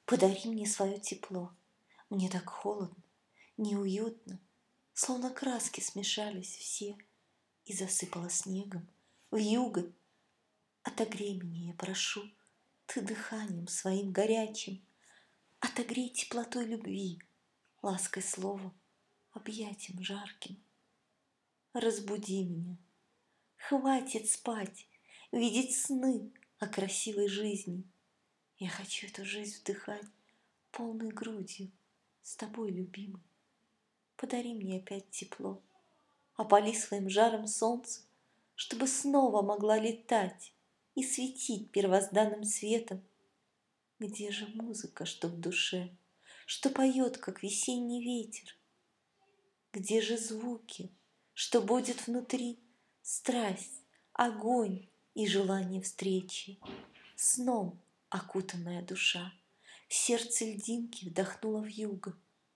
Подари мне свое тепло. Мне так холодно, неуютно, словно краски смешались все и засыпало снегом, вьюгой. Отогрей меня, я прошу, ты дыханием своим горячим. Отогрей теплотой любви, лаской слова, объятием жарким. Разбуди меня. Хватит спать, видеть сны о красивой жизни. Я хочу эту жизнь вдыхать полной грудью с тобой, любимый. Подари мне опять тепло, опали своим жаром солнце, чтобы снова могла летать и светить первозданным светом. Где же музыка, что в душе, что поет, как весенний ветер? Где же звуки, что будет внутри страсть, огонь и желание встречи? Сном окутанная душа, в сердце льдинки вдохнула вьюга.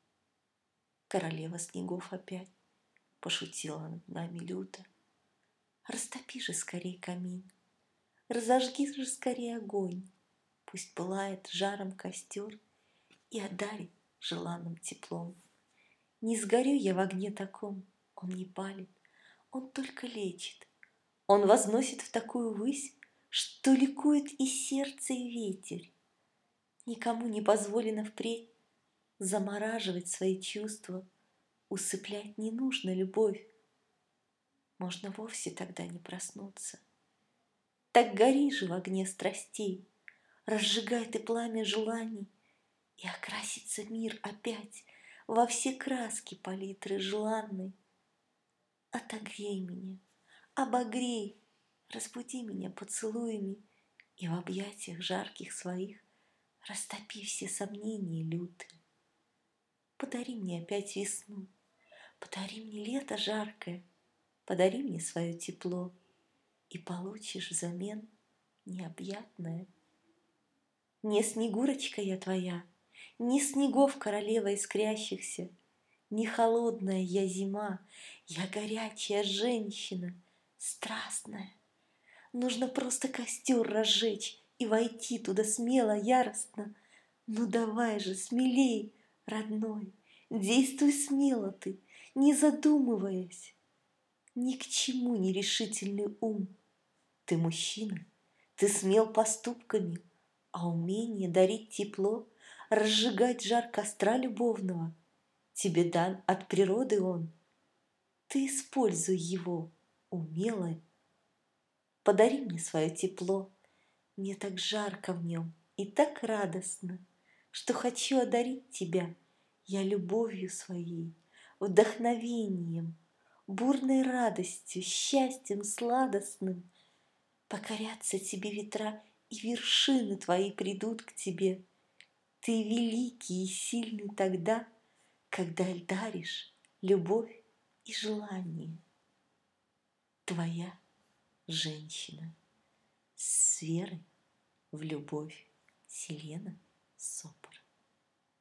Королева снегов опять пошутила над нами люто. Растопи же скорей камин, разожги же скорей огонь, пусть пылает жаром костер и одарит желанным теплом. Не сгорю я в огне таком, он не палит, он только лечит. Он возносит в такую высь, что ликует и сердце, и ветер. Никому не позволено впредь замораживать свои чувства, усыплять не нужно любовь. Можно вовсе тогда не проснуться. Так гори же в огне страстей, разжигай ты пламя желаний, и окрасится мир опять во все краски палитры желанной. Отогрей меня, обогрей, разбуди меня поцелуями, и в объятиях жарких своих растопи все сомнения лютые. Подари мне опять весну, подари мне лето жаркое, подари мне свое тепло, и получишь взамен необъятное. Не Снегурочка я твоя, не снегов королева искрящихся, не холодная я зима, я горячая женщина, страстная. Нужно просто костер разжечь и войти туда смело, яростно. Ну давай же, смелей, родной, действуй смело ты, не задумываясь. Ни к чему нерешительный ум. Ты мужчина, ты смел поступками, а умение дарить тепло, разжигать жар костра любовного тебе дан от природы он. Ты используй его умело. Подари мне свое тепло, мне так жарко в нем и так радостно, что хочу одарить тебя я любовью своей, вдохновением, бурной радостью, счастьем сладостным. Покорятся тебе ветра, и вершины твои придут к тебе. Ты великий и сильный тогда, когда даришь любовь и желание. Твоя женщина с верой в любовь. Селена Соболь.